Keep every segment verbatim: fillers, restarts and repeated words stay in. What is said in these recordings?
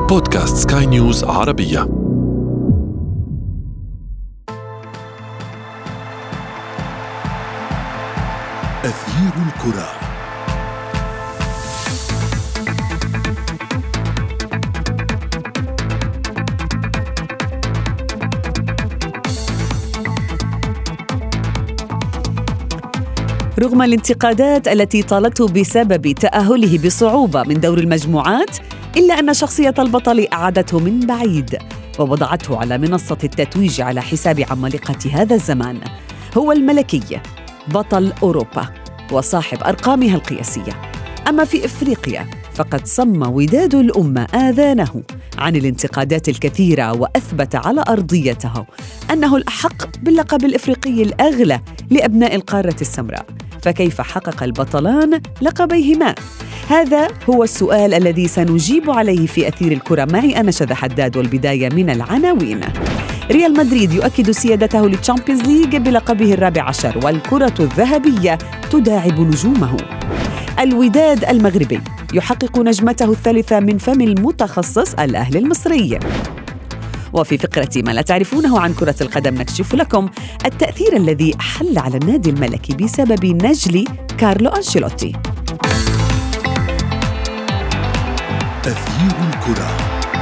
بودكاست سكاي نيوز عربية. أثير الكرة. رغم الانتقادات التي طالته بسبب تأهله بصعوبة من دور المجموعات، إلا أن شخصية البطل أعادته من بعيد ووضعته على منصة التتويج على حساب عمالقة هذا الزمان. هو الملكي، بطل أوروبا وصاحب أرقامها القياسية. أما في إفريقيا فقد صم وداد الأمة آذانه عن الانتقادات الكثيرة، وأثبت على أرضيته أنه الأحق باللقب الإفريقي الأغلى لأبناء القارة السمراء. فكيف حقق البطلان لقبيهما؟ هذا هو السؤال الذي سنجيب عليه في أثير الكرة معي أنا شذى حداد. والبداية من العناوين. ريال مدريد يؤكد سيادته للتشامبيونز ليج بلقبه الرابع عشر، والكرة الذهبية تداعب نجومه. الوداد المغربي يحقق نجمته الثالثة من فم المتخصص الأهلي المصري. وفي فقرة ما لا تعرفونه عن كرة القدم نكشف لكم التأثير الذي حل على النادي الملكي بسبب نجل كارلو أنشيلوتي. أثير الكرة.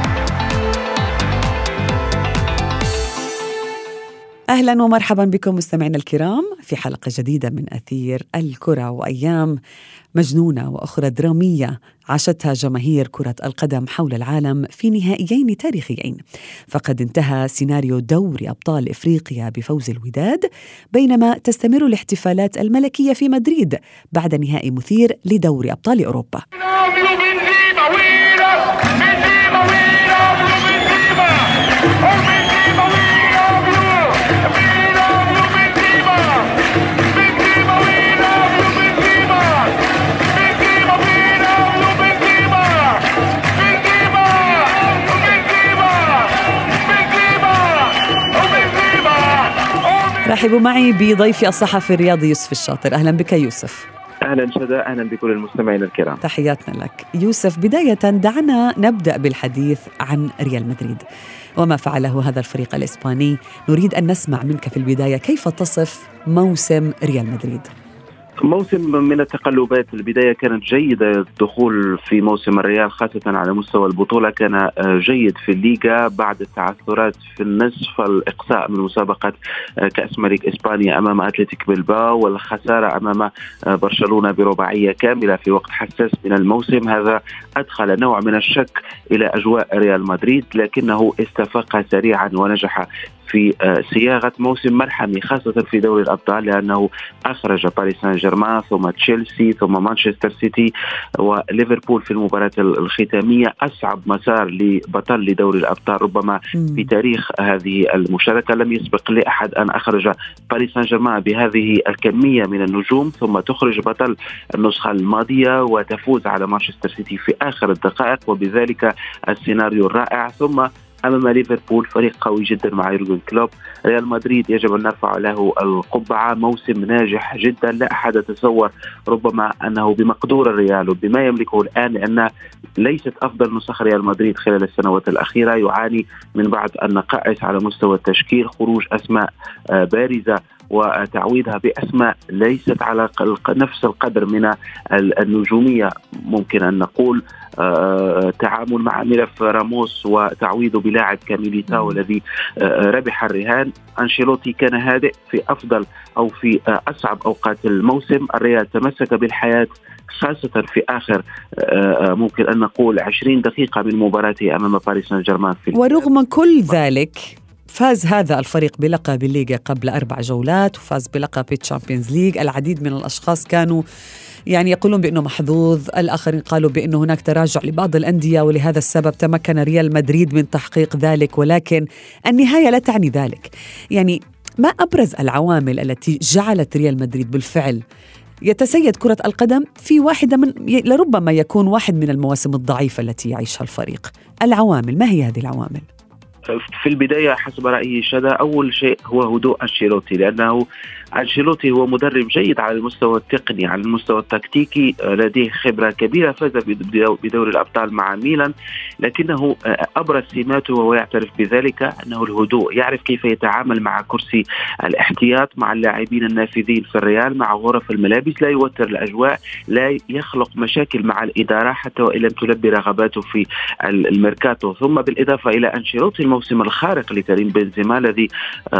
أهلاً ومرحباً بكم مستمعينا الكرام في حلقة جديدة من أثير الكرة. وأيام مجنونة وأخرى درامية عاشتها جماهير كرة القدم حول العالم في نهائيين تاريخيين. فقد انتهى سيناريو دوري أبطال إفريقيا بفوز الوداد، بينما تستمر الاحتفالات الملكية في مدريد بعد نهائي مثير لدوري أبطال أوروبا. رحبوا معي بضيفي الصحفي الرياضي يوسف الشاطر. أهلا بك يوسف. أهلا شذى، أهلا بكل المستمعين الكرام. تحياتنا لك يوسف. بداية دعنا نبدأ بالحديث عن ريال مدريد وما فعله هذا الفريق الإسباني. نريد أن نسمع منك في البداية كيف تصف موسم ريال مدريد؟ موسم من التقلبات. البداية كانت جيدة، الدخول في موسم الريال خاصة على مستوى البطولة كان جيد في الليغا بعد التعثرات في النصف، الإقصاء من مسابقة كأس ملك إسبانيا أمام أتلتيك بلباو، والخسارة أمام برشلونة برباعية كاملة في وقت حساس من الموسم. هذا أدخل نوع من الشك إلى أجواء ريال مدريد، لكنه استفاق سريعا ونجح في صياغة موسم مرحمي خاصة في دوري الأبطال، لأنه أخرج باريس سان جيرمان ثم تشيلسي ثم مانشستر سيتي وليفربول في المباراة الختامية. أصعب مسار لبطل لدوري الأبطال ربما في تاريخ هذه المشاركة. لم يسبق لأحد أن أخرج باريس سان جيرمان بهذه الكمية من النجوم ثم تخرج بطل النسخة الماضية وتفوز على مانشستر سيتي في آخر الدقائق، وبذلك السيناريو الرائع. ثم أمام ليفربول فريق قوي جدا مع يورجن كلوب. ريال مدريد يجب أن نرفع له القبعة، موسم ناجح جدا. لا أحد يتصور ربما أنه بمقدور الريال وبما يملكه الآن، لأن ليست أفضل نسخ ريال مدريد خلال السنوات الأخيرة. يعاني من بعض النقائص على مستوى التشكيل، خروج أسماء بارزة وتعويضها بأسماء ليست على نفس القدر من النجومية. ممكن أن نقول آه، تعامل مع ملف راموس وتعويضه بلاعب كاميليتاو الذي آه، ربح الرهان. أنشيلوتي كان هادئ في أفضل أو في آه، أصعب أوقات الموسم. الريال تمسك بالحياة خاصة في آخر آه، ممكن أن نقول عشرين دقيقة من مباراته أمام باريس سان جيرمان. ورغم كل ذلك فاز هذا الفريق بلقب الليغا قبل أربع جولات، وفاز بلقب الشامبيونز ليج. العديد من الأشخاص كانوا يعني يقولون بأنه محظوظ، الآخرين قالوا بأنه هناك تراجع لبعض الأندية ولهذا السبب تمكن ريال مدريد من تحقيق ذلك. ولكن النهاية لا تعني ذلك. يعني ما أبرز العوامل التي جعلت ريال مدريد بالفعل يتسيد كرة القدم في واحدة من لربما يكون واحد من المواسم الضعيفة التي يعيشها الفريق؟ العوامل، ما هي هذه العوامل؟ في البداية حسب رأيي شدا أول شيء هو هدوء أنشيلوتي، لأنه أنشيلوتي هو مدرب جيد على المستوى التقني، على المستوى التكتيكي لديه خبرة كبيرة، فاز بدوري الأبطال مع ميلان، لكنه أبرز سماته وهو يعترف بذلك أنه الهدوء، يعرف كيف يتعامل مع كرسي الاحتياط، مع اللاعبين النافذين في الريال، مع غرف الملابس، لا يوتر الأجواء، لا يخلق مشاكل مع الإدارة حتى وإن لم تلبي رغباته في الميركاتو. ثم بالإضافة إلى أنشيلوتي الموسم الخارق لكريم بنزيما الذي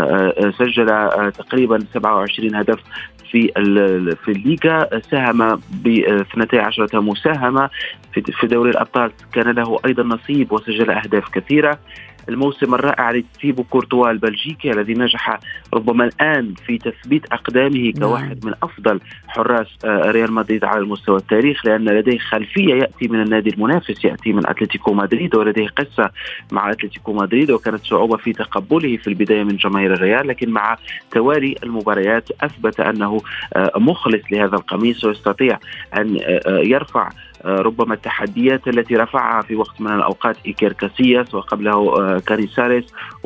سجل تقريبا سبعة وعشرين هدف في في الليغا، ساهم ب اثنتي عشرة مساهمة في دوري الأبطال، كان له أيضا نصيب وسجل أهداف كثيرة. الموسم الرائع لتيبو كورتوا البلجيكي الذي نجح ربما الآن في تثبيت أقدامه كواحد من أفضل حراس ريال مدريد على المستوى التاريخ، لأن لديه خلفية يأتي من النادي المنافس، يأتي من أتلتيكو مدريد، ولديه قصة مع أتلتيكو مدريد، وكانت صعوبة في تقبله في البداية من جماهير الريال، لكن مع توالي المباريات أثبت أنه مخلص لهذا القميص ويستطيع أن يرفع ربما التحديات التي رفعها في وقت من الأوقات إيكير كاسياس وقبله كاريساريس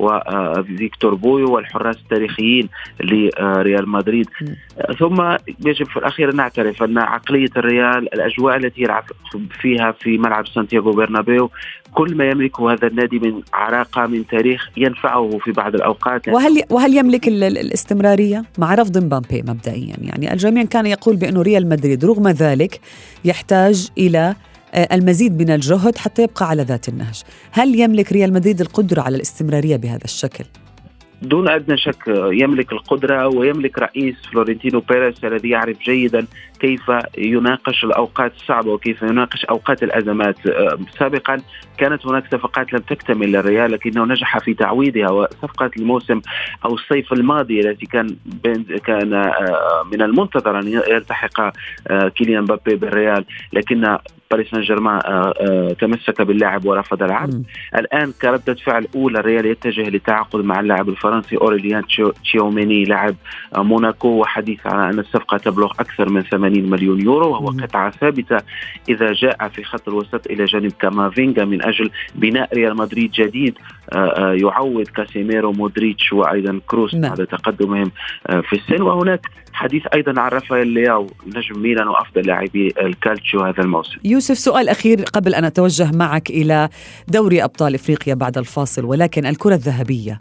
وفيكتور بويو والحراس التاريخيين لريال مدريد. ثم يجب في الأخير أن نعترف أن عقلية الريال، الأجواء التي يلعب فيها في ملعب سانتياغو برنابيو، كل ما يملكه هذا النادي من عراقة من تاريخ ينفعه في بعض الأوقات. وهل وهل يملك الاستمرارية مع رفض مبابي مبدئيا؟ يعني الجميع كان يقول بأنه ريال مدريد رغم ذلك يحتاج إلى المزيد من الجهد حتى يبقى على ذات النهج. هل يملك ريال مدريد القدرة على الاستمرارية بهذا الشكل؟ دون أدنى شك يملك القدرة، ويملك رئيس فلورنتينو بيريز الذي يعرف جيدا كيف يناقش الأوقات الصعبة وكيف يناقش أوقات الأزمات. سابقا كانت هناك صفقات لم تكتمل للريال لكنه نجح في تعويضها، وصفقة الموسم أو الصيف الماضي التي كان كان من المنتظر أن يلتحق كيليان مبابي بالريال، لكن باريس سان جيرمان تمسك باللاعب ورفض العرض. الآن كردة فعل أولى الريال يتجه للتعاقد مع اللاعب الفرنسي أوريليان تشيوميني لاعب موناكو، وحديث عن أن الصفقة تبلغ أكثر من ثمانين مليون يورو، وهو قطعة ثابتة إذا جاء في خط الوسط إلى جانب كامافينغا من أجل بناء ريال مدريد جديد يعوض كاسيميرو مودريتش وأيضا كروس بعد تقدمهم في السن. وهناك حديث أيضا عن رافائيل لياو نجم ميلان وأفضل لاعبي الكالتشيو هذا الموسم. يوسف، سؤال أخير قبل أن أتوجه معك إلى دوري أبطال إفريقيا بعد الفاصل، ولكن الكرة الذهبية،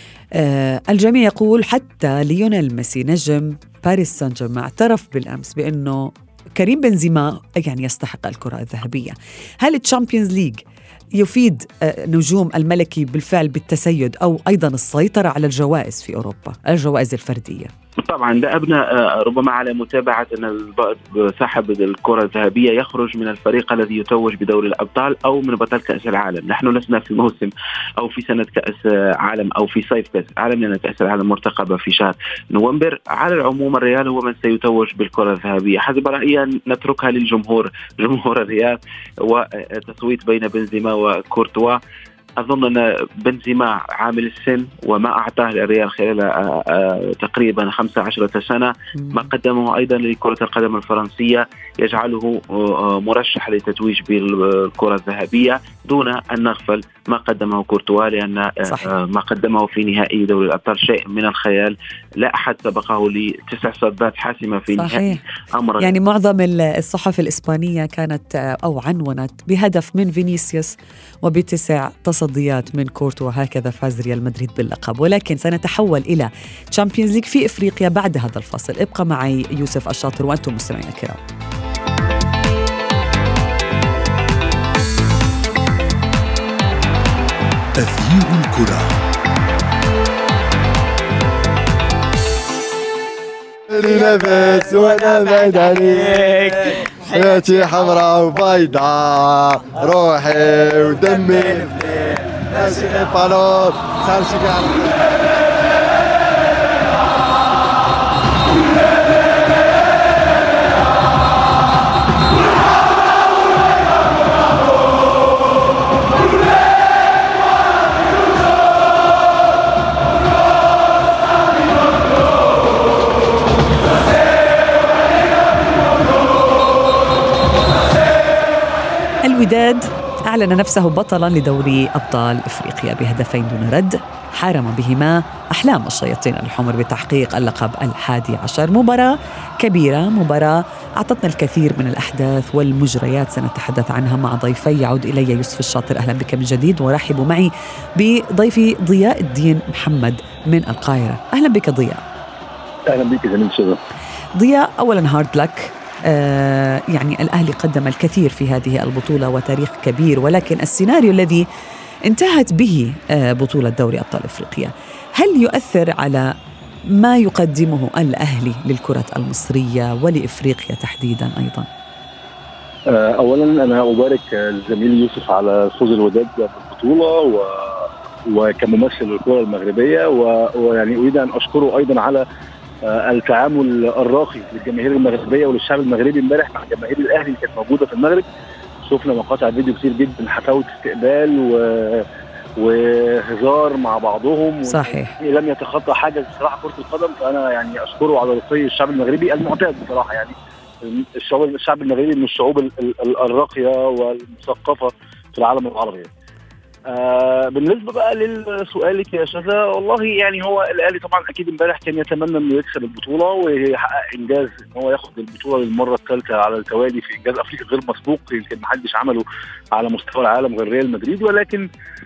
آه الجميع يقول حتى ليونيل ميسي نجم باريس سان جيرمان اعترف بالأمس بأنه كريم بنزيما يعني يستحق الكرة الذهبية. هل الشامبيونز ليج يفيد نجوم الملكي بالفعل بالتسيد أو أيضا السيطرة على الجوائز في أوروبا، الجوائز الفردية؟ طبعا لا أبنى ربما على متابعة أن صاحب الكرة الذهبية يخرج من الفريق الذي يتوج بدوري الأبطال أو من بطل كأس العالم. نحن لسنا في موسم أو في سنة كأس عالم أو في صيف كأس العالم، لأن كأس العالم مرتقبة في شهر نوفمبر. على العموم الريال هو من سيتوج بالكرة الذهبية، حسب رأيي نتركها للجمهور، جمهور الريال، وتصويت بين بنزيما وكورتوا. أظن أن بنزيما عامل السن وما أعطاه للريال خلال تقريبا خمسة عشرة سنة، ما قدمه أيضا لكرة القدم الفرنسية يجعله مرشح للتتويج بالكرة الذهبية، دون أن نغفل ما قدمه كورتوا، لأن صحيح. ما قدمه في نهائي دوري الأبطال شيء من الخيال، لا أحد سبقه لتسع صدات حاسمة في صحيح. نهائي أمر يعني معظم الصحف الإسبانية كانت أو عنونت بهدف من فينيسيوس وبتسع تصديات من كورتوا، هكذا فاز ريال مدريد باللقب. ولكن سنتحول إلى تشامبيونز ليج في إفريقيا بعد هذا الفصل. ابقى معي يوسف الشاطر وأنتم مستمعين الكرام. تغيير الكرة. نفس وانا بعيد عليك، حياتي حمراء وبيضاء، روحي ودمي ماشي بالون سامشي كاع. الوداد أعلن أعلن نفسه بطلاً لدوري أبطال إفريقيا بهدفين دون رد حارم بهما أحلام الشياطين الحمر بتحقيق اللقب الحادي عشر. مباراة كبيرة، مباراة أعطتنا الكثير من الأحداث والمجريات سنتحدث عنها مع ضيفي. يعود إلي يوسف الشاطر، أهلا بك من جديد، ورحبوا معي بضيفي ضياء الدين محمد من القاهرة. أهلا بك ضياء. أهلا بك زميل شباب. ضياء، أولا هارد لك. آه يعني الأهلي قدم الكثير في هذه البطولة وتاريخ كبير، ولكن السيناريو الذي انتهت به آه بطولة دوري أبطال إفريقيا هل يؤثر على ما يقدمه الأهلي للكرة المصرية ولإفريقيا تحديدا أيضا؟ آه أولا أنا أبارك الزميل يوسف على فوز الوداد بالبطولة و... وكممثل للكرة المغربية، و... ويعني أريد أن أشكره أيضا على التعامل الراقي للجماهير المغربيه وللشعب المغربي امبارح مع جماهير الاهلي اللي كانت موجوده في المغرب. شفنا مقاطع فيديو كتير جدا، حفاوه استقبال و... وهزار مع بعضهم. صحيح. لم يتخطى حاجه بصراحه كره القدم، فانا يعني اشكره على رقي الشعب المغربي المعتاد بصراحه. يعني الشعب الشعب المغربي من الشعوب الراقيه والمثقفه في العالم العربي. آه بالنسبه بقى لسؤالك يا شذا، والله يعني هو الاهلي طبعا اكيد امبارح كان يتمنى انه يكسب البطوله ويحقق انجاز ان هو ياخد البطوله للمره الثالثه على التوالي في انجاز افريقي غير مسبوق، يمكن ما حدش عمله على مستوى العالم غير ريال مدريد، ولكن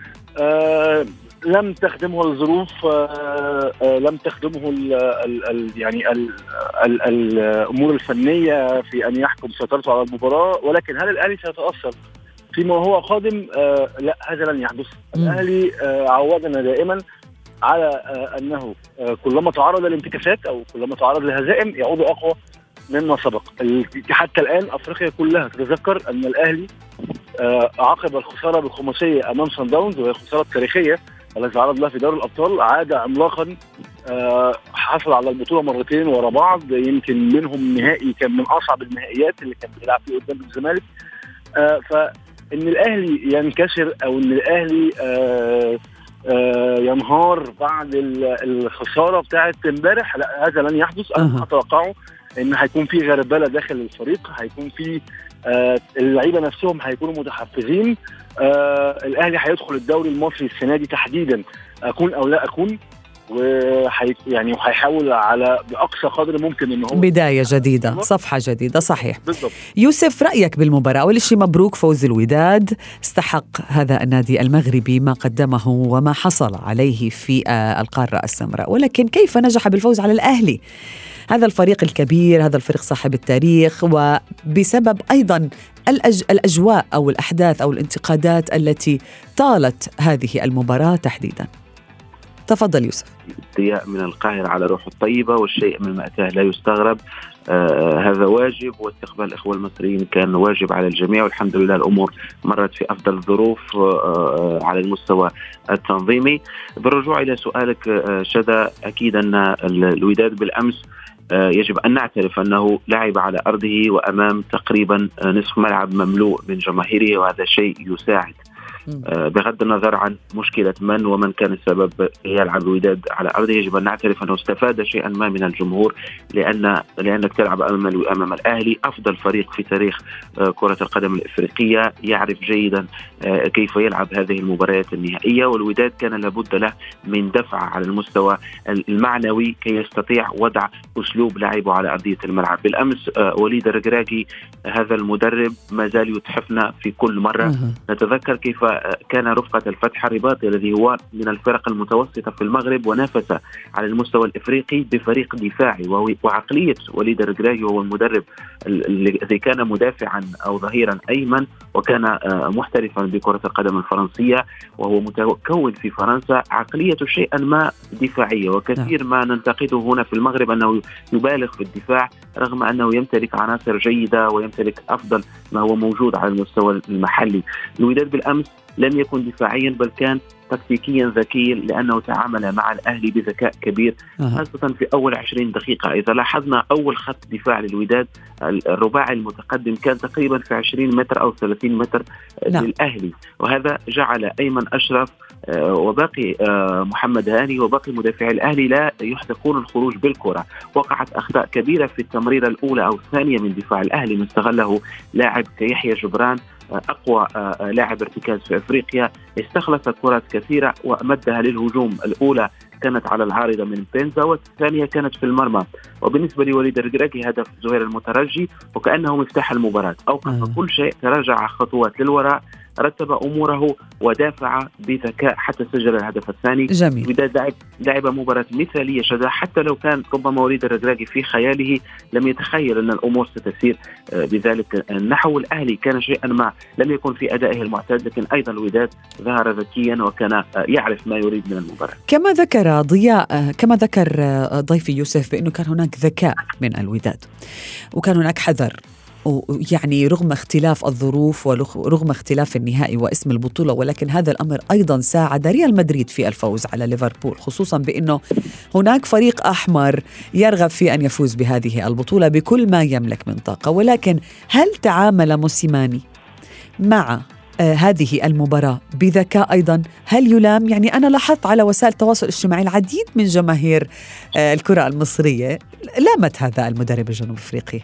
آه لم تخدمه الظروف، آه آه لم تخدمه ال ال ال يعني ال ال ال الامور الفنيه في ان يحكم سيطرته على المباراه. ولكن هل الاهلي سيتاثر فيما هو قادم؟ آه لا، هذا لن يحدث. الأهلي آه عودنا دائما على آه أنه آه كلما تعرض للانتكاسات أو كلما تعرض لهزائم يعود أقوى مما سبق. حتى الآن أفريقيا كلها تتذكر أن الأهلي آه عقب الخسارة بالخماسية أمام صن داونز، وهي الخسارة التاريخية التي عرض لها في دوري الأبطال، عاد عملاقا آه حصل على البطولة مرتين ورا بعض، يمكن منهم نهائي كان من أصعب النهائيات اللي كان بيلعب فيه قدام الزمالك. آه ف ان الاهلي ينكسر او ان الاهلي آآ آآ ينهار بعد الخساره بتاعه امبارح، لا هذا لن يحدث. انا اتوقعه ان هيكون في غربله داخل الفريق، هيكون في اللعيبه نفسهم هيكونوا متحفزين. الاهلي هيدخل الدوري المصري السنه دي تحديدا اكون او لا اكون، وحي يعني وهيحاول على بأقصى قدر ممكن إنه هو بداية جديدة، صفحة جديدة. صحيح. بالضبط. يوسف، رأيك بالمباراة؟ أول شيء مبروك فوز الوداد، استحق هذا النادي المغربي ما قدمه وما حصل عليه في القارة السمراء، ولكن كيف نجح بالفوز على الأهلي؟ هذا الفريق الكبير، هذا الفريق صاحب التاريخ، وبسبب أيضا الأج... الأجواء أو الأحداث أو الانتقادات التي طالت هذه المباراة تحديدا. تفضل يوسف. ضياء من القاهرة على روح الطيبة، والشيء من مأتاه لا يستغرب. آه هذا واجب، واستقبال الإخوة المصريين كان واجب على الجميع، والحمد لله الأمور مرت في أفضل الظروف آه على المستوى التنظيمي. بالرجوع إلى سؤالك آه شذا، أكيد أن الوداد بالأمس آه يجب أن نعترف أنه لعب على أرضه وأمام تقريبا نصف ملعب مملوء من جماهيره، وهذا شيء يساعد بغض النظر عن مشكلة من ومن كان السبب يلعب الوداد على أرضه. يجب أن نعترف أنه استفاد شيئا ما من الجمهور، لأن لأنك تلعب أمام أمام الأهلي، أفضل فريق في تاريخ كرة القدم الإفريقية، يعرف جيدا كيف يلعب هذه المباريات النهائية. والوداد كان لابد له من دفع على المستوى المعنوي كي يستطيع وضع أسلوب لعبه على أرضية الملعب. بالأمس وليد الركراكي هذا المدرب ما زال يتحفنا في كل مرة. نتذكر كيف كان رفقة الفتح الرباطي الذي هو من الفرق المتوسطة في المغرب ونافس على المستوى الإفريقي بفريق دفاعي، وعقلية وليد الركراكي هو المدرب الذي كان مدافعا أو ظهيرا أيمن، وكان محترفا بكرة القدم الفرنسية وهو متكون في فرنسا. عقلية شيئا ما دفاعية، وكثير ما ننتقده هنا في المغرب أنه يبالغ في الدفاع رغم أنه يمتلك عناصر جيدة ويمتلك أفضل ما هو موجود على المستوى المحلي. الوداد بالأمس لم يكن دفاعيا بل كان تكتيكيا ذكيا، لأنه تعامل مع الأهلي بذكاء كبير خاصة في أول عشرين دقيقة. إذا لاحظنا أول خط دفاع للوداد الرباعي المتقدم كان تقريبا في عشرين متر أو ثلاثين متر نعم. للأهلي، وهذا جعل أيمن أشرف وباقي محمد هاني وباقي مدافعي الأهلي لا يحدقون الخروج بالكرة. وقعت أخطاء كبيرة في التمريرة الأولى أو الثانية من دفاع الأهلي، من استغله لاعب كيحيى جبران أقوى لاعب ارتكاز في أفريقيا، استخلص كرات كثيرة ومدها للهجوم. الأولى كانت على العارضة من بنزا والثانية كانت في المرمى. وبالنسبة لوليد الركراكي هدف زهير المترجي وكأنه مفتاح المباراة، أوقف كل شيء، تراجع خطوات للوراء، رتب أموره ودافع بذكاء حتى سجل الهدف الثاني. جميل. بدأ لعب لعب مباراة مثالية شذا، حتى لو كان ربما وليد الركراكي في خياله لم يتخيل أن الأمور ستسير بذلك النحو. الأهلي كان شيئا ما لم يكن في أدائه المعتاد، لكن أيضا الوداد ظهر ذكيا وكان يعرف ما يريد من المباراة. كما ذكر ضياء كما ذكر ضيفي يوسف بأنه كان هناك ذكاء من الوداد وكان هناك حذر، يعني رغم اختلاف الظروف ورغم اختلاف النهائي واسم البطولة، ولكن هذا الأمر أيضا ساعد ريال مدريد في الفوز على ليفربول، خصوصا بأنه هناك فريق أحمر يرغب في أن يفوز بهذه البطولة بكل ما يملك من طاقة. ولكن هل تعامل موسيماني مع آه هذه المباراة بذكاء أيضا؟ هل يلام؟ يعني أنا لاحظت على وسائل التواصل الاجتماعي العديد من جماهير آه الكرة المصرية لامت هذا المدرب الجنوب أفريقي.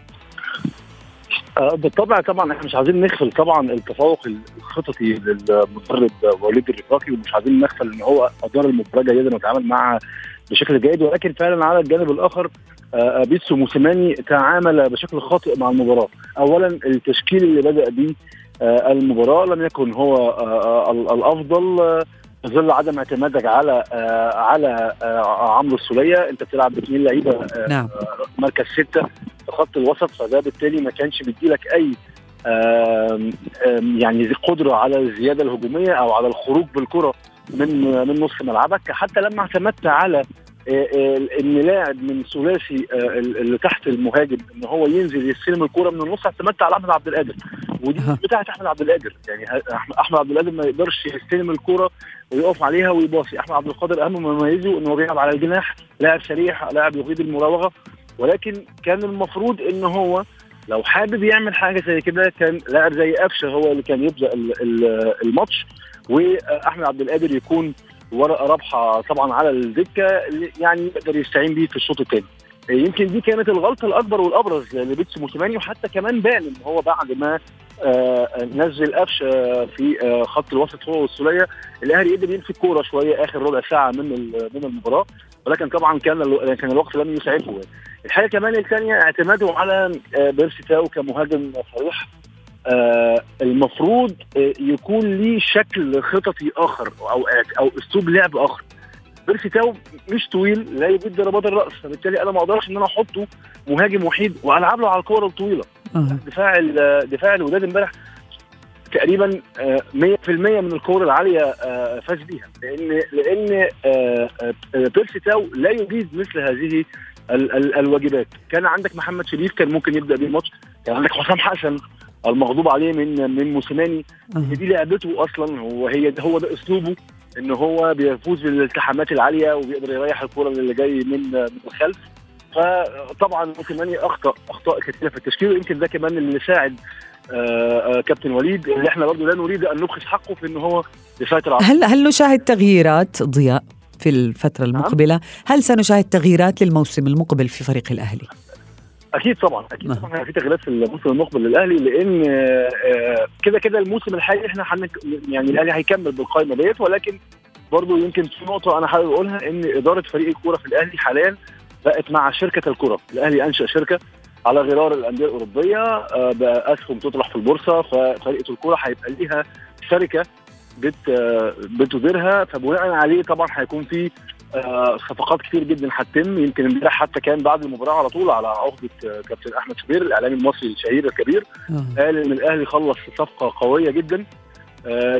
آه بالطبع طبعا احنا مش عايزين نغفل طبعا التفوق الخططي للمدرب وليد الركراكي، ومش عايزين نغفل ان هو ادار المباراه جيدا وتعامل معها بشكل جيد، ولكن فعلا على الجانب الاخر آه بيتسو موسيماني تعامل بشكل خاطئ مع المباراه. اولا التشكيل اللي بدا به آه المباراه لم يكن هو آه الافضل، آه ظل عدم اعتمادك على آه على آه عمرو السولية. انت بتلعب باثنين لعيبه آه نعم. مركز ستة في خط الوسط، فده بالتالي ما كانش بيديلك اي آه يعني قدره على الزياده الهجوميه او على الخروج بالكره من من نص ملعبك. حتى لما اعتمدت على ان لاعب من ثلاثي اللي تحت المهاجم ان هو ينزل يستلم الكره من النص، اعتمدت على احمد عبد القادر، ودي بتاعت احمد عبد القادر. يعني احمد عبد القادر ما يقدرش يستلم الكره ويقف عليها ويباصي. احمد عبد القادر اهم ما يميزه انه بيلعب على الجناح، لاعب سريع، لاعب يغيد المراوغه. ولكن كان المفروض ان هو لو حابب يعمل حاجه زي كده كان لاعب زي قفشه هو اللي كان يبدا الماتش، واحمد عبد القادر يكون ورقه رابحه طبعا على الدكه، يعني يقدر يستعين بيه في الشوط الثاني. يمكن دي كانت الغلطه الاكبر والابرز لبيتسو موسيماني، وحتى كمان بان ان هو بعد ما آه نزل قفشه في آه خط الوسط هو والسوليه، الاهلي قدر يمسك كوره شويه اخر ربع ساعه من من المباراه، ولكن طبعا كان كان الوقت لم يسعفه. الحاجه كمان الثانيه اعتماده على آه بيرسي تاو كمهاجم صريح. آه المفروض آه يكون ليه شكل خططي اخر او او اسلوب لعب اخر. بيرسي تاو مش طويل، لا يجيد ضربات الراس، فبالتالي انا ما اقدرش ان انا احطه مهاجم وحيد والعب له على الكوره الطويله. أه. دفاع دفاع الوداد امبارح تقريبا مية في المية من الكوره العاليه آه فاز بيها، لان لان آه بيرسي تاو لا يجيد مثل هذه ال ال الواجبات. كان عندك محمد شريف كان ممكن يبدا بيه الماتش، كان عندك حسام حسن المغضوب عليه من من موسيماني. أه. دي لعبته اصلا، وهي هو ده اسلوبه، ان هو بيفوز بالالتحامات العاليه وبيقدر يريح الكره اللي جاي من من الخلف. فطبعا موسيماني اخطا اخطاء كثيره في التشكيل، ويمكن ده كمان اللي ساعد آآ آآ كابتن وليد، اللي احنا برضه لا نريد ان نبخس حقه في ان هو يسيطر على. هل هل نشاهد تغييرات ضياء في الفتره المقبله؟ هل سنشاهد تغييرات للموسم المقبل في فريق الاهلي؟ اكيد طبعا اكيد طبعا في تغييرات في الموسم المقبل للاهلي، لان كده كده الموسم الحالي احنا حنك يعني الاهلي هيكمل بالقائمه ديت، ولكن برضو يمكن في نقطه انا حابب اقولها، ان اداره فريق الكوره في الاهلي حاليا بقت مع شركه الكوره. الاهلي انشا شركه على غرار الانديه الاوروبيه، باسهم تطرح في البورصه، ففريق الكوره هيبقى ليها شركه بت بتديرها، فبناء عليه طبعا هيكون في آه صفقات كتير جدا هتتم. يمكن امبارح حتى كان بعد المباراه على طول على عقده آه كابتن احمد شوبير الاعلامي المصري الشهير الكبير قال ان الاهلي خلص صفقه قويه جدا آه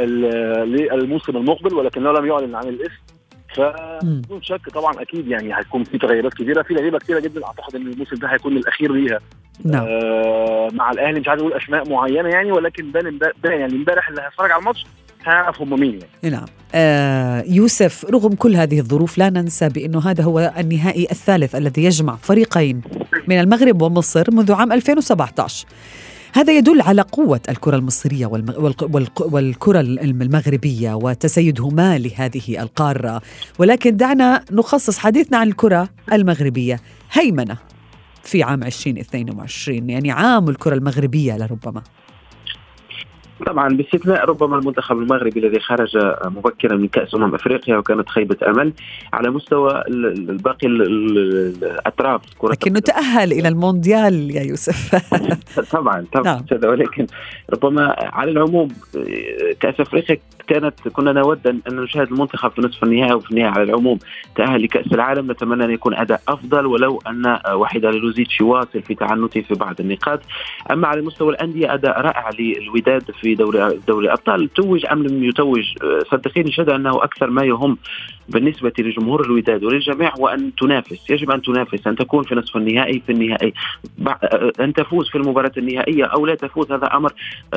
للموسم المقبل، ولكنه لم يعلن عن الاسم. فبدون شك طبعا اكيد يعني هتكون في تغيرات كبيره في لعيبه كتيره جدا. اعتقد ان الموسم ده هيكون الاخير ليها آه مع الاهلي. مش عايز اقول اسماء معينه يعني، ولكن بان يعني امبارح اللي هيتفرج على الماتش هيعرف هم مين يعني. نعم. آه يوسف، رغم كل هذه الظروف لا ننسى بأنه هذا هو النهائي الثالث الذي يجمع فريقين من المغرب ومصر منذ عام ألفين وسبعة عشر. هذا يدل على قوة الكرة المصرية والكرة المغربية وتسيدهما لهذه القارة. ولكن دعنا نخصص حديثنا عن الكرة المغربية. هيمنة في عام عشرين اثنين وعشرين، يعني عام الكرة المغربية لربما. طبعا باستثناء ربما المنتخب المغربي الذي خرج مبكرا من كأس أمم أفريقيا وكانت خيبة أمل على مستوى الباقي الأطراف. لكنه تأهل إلى المونديال يا يوسف. طبعا طبعا نعم. ولكن ربما على العموم كأس أفريقيا كانت كنا نود أن نشاهد المنتخب في نصف النهائي وفي النهائي. على العموم تأهل لكأس العالم، نتمنى أن يكون أداء أفضل ولو أن وحيد لوزيتش يواصل في تعنته في بعض النقاط. أما على مستوى الأندية أداء رائع للوداد في دوري دوري الأبطال. توج أم لم يتوج، صدقيني شهد أنه أكثر ما يهم بالنسبة لجمهور الوداد وللجميع هو أن تنافس. يجب أن تنافس، أن تكون في نصف النهائي في النهائي، أن تفوز في المباراة النهائية أو لا تفوز هذا أمر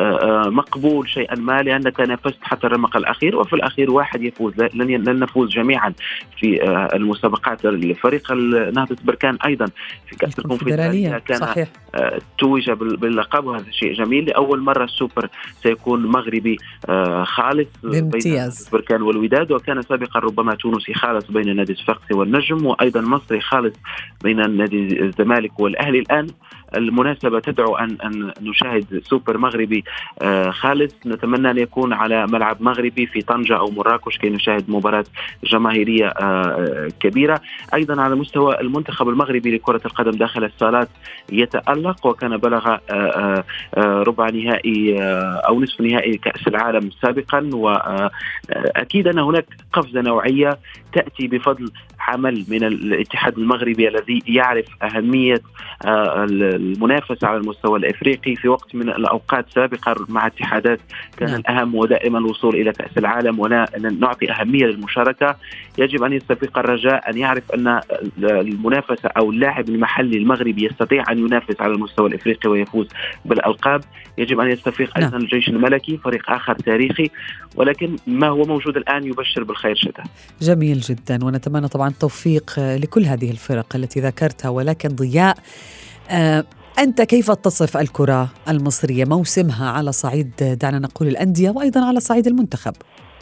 مقبول شيئا ما، لأنك نافست حتى الرمق الأخير وفي الأخير واحد يفوز. لن لن نفوز جميعا في المسابقات. الفريق نهضة بركان أيضا في كأس الكونفدرالية كان صحيح. توج باللقب وهذا شيء جميل. لأول مرة السوبر سيكون مغربي خالص بين بركان والوداد، وكان سابقا ربما تونسي خالص بين نادي الصفاقسي والنجم، وأيضا مصري خالص بين نادي الزمالك والأهلي. الآن المناسبة تدعو أن أن نشاهد سوبر مغربي خالص. نتمنى أن يكون على ملعب مغربي في طنجة أو مراكش كي نشاهد مباراة جماهيرية كبيرة. أيضا على مستوى المنتخب المغربي لكرة القدم داخل الصالات يتألق، وكان بلغ ربع نهائي أو نصف نهائي كأس العالم سابقا. وأكيد أن هناك قفزة نوعية تأتي بفضل عمل من الاتحاد المغربي الذي يعرف أهمية المنافسة على المستوى الأفريقي. في وقت من الأوقات سابقة مع اتحادات كان نعم. الأهم ودائما الوصول إلى كأس العالم، ولا نعطي أهمية للمشاركة. يجب أن يستفيق الرجاء أن يعرف أن المنافسة أو اللاعب المحلي المغربي يستطيع أن ينافس على المستوى الأفريقي ويفوز بالألقاب. يجب أن يستفيق أيضا نعم. الجيش الملكي فريق آخر تاريخي، ولكن ما هو موجود الآن يبشر بالخير شتى. جميل جدا، ونتمنى طبعا التوفيق لكل هذه الفرق التي ذكرتها. ولكن ضياء، آه أنت كيف تصف الكرة المصرية موسمها على صعيد دعنا نقول الأندية وأيضا على صعيد المنتخب؟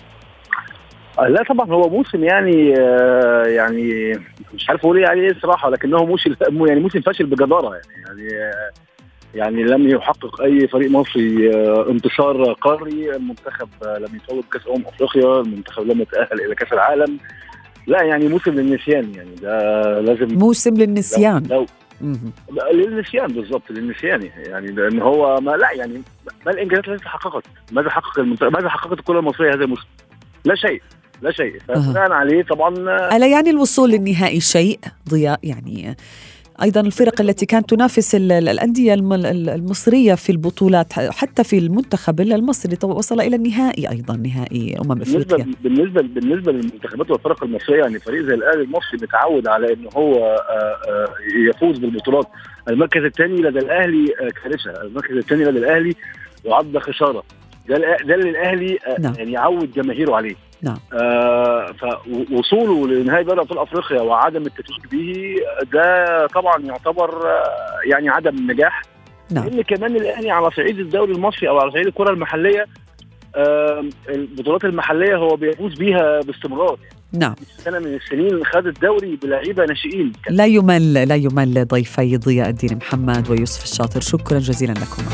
لا طبعا هو موسم يعني آه يعني مش عارف اقول ايه عليه الصراحه، لكنه موسم يعني موسم فاشل بجداره يعني يعني آه يعني لم يحقق اي فريق مصري آه انتصار قاري. المنتخب آه لم يفوز كاس امم افريقيا، المنتخب لم يتاهل الى كاس العالم. لا يعني موسم للنسيان، يعني ده لازم موسم للنسيان لو للنسيان بالضبط للنسيان يعني لان هو ما لا يعني ما الانجازات التي تحققت؟ ماذا حقق المنتخب؟ ماذا حققت الكره المصريه هذا الموسم؟ لا شيء لا شيء. فبناء عليه طبعا ألا يعني الوصول للنهائي شيء ضياء؟ يعني أيضا الفرق التي كانت تنافس الأندية المصرية في البطولات حتى في المنتخب المصري وصل إلى النهائي أيضا نهائي أمم أفريقيا. بالنسبة بالنسبة للمنتخبات والفرق المصرية يعني فريق زي الأهلي المصري متعود على إنه هو يفوز بالبطولات. المركز الثاني لدى الأهلي كارثة، المركز الثاني لدى الأهلي يعد خسارة. ده ده اللي الأهلي نعم. يعني يعود جماهيره عليه. نعم. آه فوصوله لنهائي دوري ابطال افريقيا وعدم التتويج به ده طبعا يعتبر آه يعني عدم نجاح. نعم. لان كمان الاهلي على صعيد الدوري المصري او على صعيد الكره المحليه آه البطولات المحليه هو بيفوز بيها باستمرار. نعم. سنه من السنين خد الدوري بلاعيبه ناشئين. لا يمل لا يمل ضيفي ضياء الدين محمد ويوسف الشاطر، شكرا جزيلا لكم.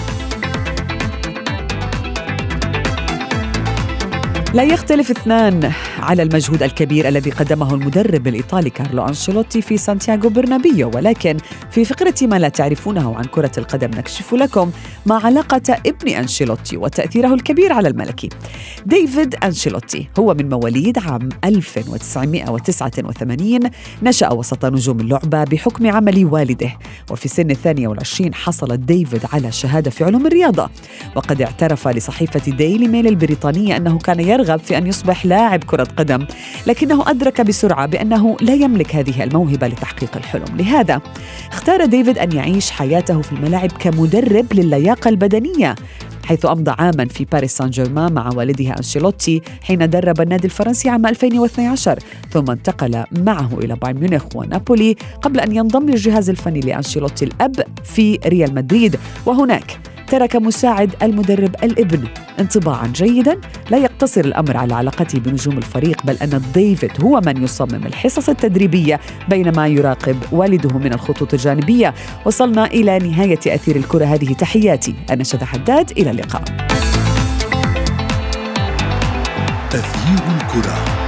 لا يختلف اثنان على المجهود الكبير الذي قدمه المدرب الإيطالي كارلو أنشيلوتي في سانتياغو برنابيو، ولكن في فقرة ما لا تعرفونه عن كرة القدم نكشف لكم ما علاقة ابن أنشيلوتي وتأثيره الكبير على الملكي. ديفيد أنشيلوتي هو من مواليد عام ألف وتسعمائة وتسعة وثمانين، نشأ وسط نجوم اللعبة بحكم عمل والده، وفي سن الثانية والعشرين حصل ديفيد على شهادة في علوم الرياضة، وقد اعترف لصحيفة ديلي ميل البريطانية أنه كان يرغب في أن يصبح لاعب كرة قدم، لكنه أدرك بسرعة بأنه لا يملك هذه الموهبة لتحقيق الحلم. لهذا اختار ديفيد أن يعيش حياته في الملاعب كمدرب للياقة البدنية، حيث أمضى عاما في باريس سان جيرمان مع والده أنشيلوتي حين درب النادي الفرنسي عام ألفين واثني عشر، ثم انتقل معه إلى بايرن ميونخ ونابولي قبل أن ينضم للجهاز الفني لأنشيلوتي الأب في ريال مدريد، وهناك ترك مساعد المدرب الابن انطباعا جيدا لا يقتصر الأمر على علاقته بنجوم الفريق، بل أن ديفيد هو من يصمم الحصص التدريبية بينما يراقب والده من الخطوط الجانبية. وصلنا إلى نهاية أثير الكرة، هذه تحياتي أنا شذى حداد، إلى اللقاء. أثير الكرة.